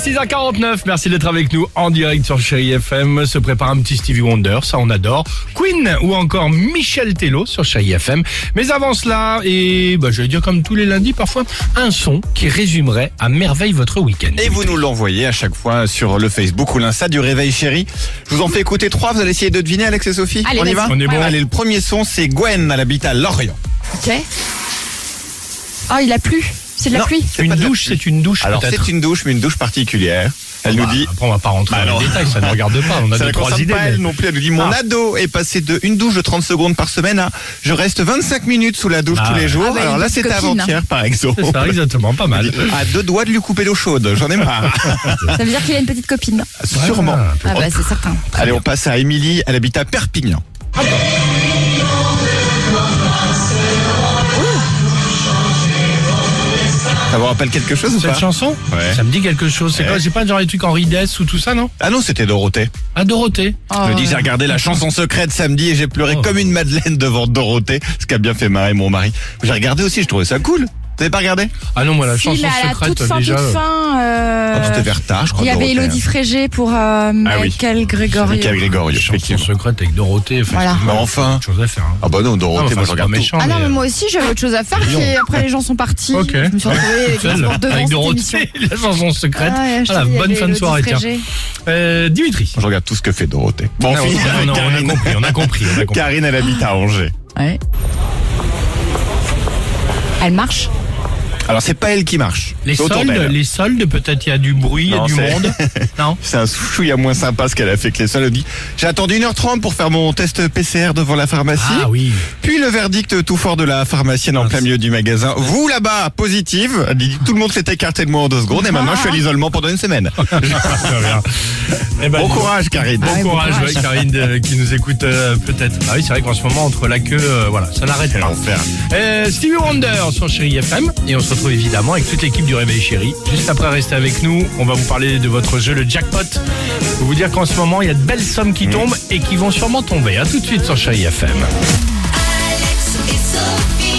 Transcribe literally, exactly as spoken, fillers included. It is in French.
six heures quarante-neuf, merci d'être avec nous en direct sur Chérie F M. Se prépare un petit Stevie Wonder, ça on adore. Queen ou encore Michel Tello sur Chérie F M. Mais avant cela, et bah, je vais dire comme tous les lundis parfois, un son qui résumerait à merveille votre week-end. Et vous nous l'envoyez à chaque fois sur le Facebook ou l'Insta du Réveil Chéri. Je vous en fais écouter trois, vous allez essayer de deviner, Alex et Sophie. Allez, on y va On est bon. Allez, le premier son, c'est Gwen, elle habite à Lorient. Ok. Oh, il a plu. C'est de la Non, pluie. c'est Une pas de la douche, pluie. c'est une douche Alors peut-être. c'est une douche, mais une douche particulière. Elle Bah, nous dit... Après on va pas rentrer Bah dans non. les détails, ça ne regarde pas. On a Ça deux ne trois concerne idées. pas elle mais- non plus. Elle nous dit, mon Ah. ado est passé de une douche de trente secondes par semaine à je reste vingt-cinq minutes sous la douche Ah tous les ouais. jours. Ah bah, Alors une là, petite c'était copine. avant-hier, par exemple. C'est ça, exactement, pas mal. À deux doigts de lui couper l'eau chaude. J'en ai marre. Ça veut dire qu'il a une petite copine. Sûrement. Ah bah c'est certain. Allez, on passe à Émilie. Elle habite à Perpignan. Ça vous rappelle quelque chose ou Cette pas? chanson, Ouais. ça me dit quelque chose. C'est Ouais. quoi? J'ai pas genre les trucs Henri Dess ou tout ça, non? Ah non, c'était Dorothée. À Dorothée. Oh, Je me dis, j'ai regardé la chanson secrète samedi et j'ai pleuré Oh. comme une madeleine devant Dorothée, ce qui a bien fait marrer mon mari. J'ai regardé aussi, je trouvais ça cool. Vous avez pas regardé? Ah non, moi la si, chanson là, à la secrète toute fin, déjà. toute euh, fin. euh, Oh, c'était vers tard, je crois. Il y avait Dorothée. Elodie Frégé pour euh, Ah oui. Michael Gregorio. Michael Gregorio, Chanson effectivement. secrète avec Dorothée. Voilà. effectivement, Mais enfin. autre chose à faire. hein. Ah bah non, Non, Dorothée, enfin, moi je c'est regarde pas tout. méchant, Ah non, mais, mais moi aussi j'avais autre chose à faire. Puis après les gens sont partis. Ok. Je me suis retrouvée avec Celle devant avec cette émission. Dorothée, la chanson secrète. Ah ouais, je Voilà, te dis, il y bonne avait fin de Elodie soirée, tiens. Frégé. Euh, Dimitri. Je regarde tout ce que fait Dorothée. Bon, Non, on finit non, avec non, on a Karine. compris, on a compris, on a compris. Karine, elle habite à Angers. Ouais. Elle marche. Alors c'est pas elle qui marche. Les c'est autour soldes, d'elle. les soldes, peut-être il y a du bruit, il y a Non, du c'est- monde. Non. C'est un chouïa moins sympa ce qu'elle a fait que les soldes. Elle dit, j'ai attendu une heure trente pour faire mon test P C R devant la pharmacie. Ah oui. Puis le verdict tout fort de la pharmacienne en Ah, plein c'est- milieu du magasin. Vous là-bas, positive. Elle dit, tout le monde s'est écarté de moi en deux secondes et maintenant je suis à l'isolement pendant une semaine. Très bien. Eh ben, Bon dis donc. courage Karine. Bon Ah ouais, bon courage, courage. ouais, Karine, euh, qui nous écoute euh, peut-être. Ah oui, c'est vrai qu'en ce moment, entre la queue, euh, voilà, ça n'arrête Quel pas. enfer. Euh, Stevie Wonder sur Chérie F M. Et on se retrouve évidemment avec toute l'équipe du Réveil Chéri. Juste après, restez avec nous. On va vous parler de votre jeu, le jackpot. Pour vous dire qu'en ce moment, il y a de belles sommes qui tombent et qui vont sûrement tomber. À tout de suite sur Chérie F M. Alex et Sophie.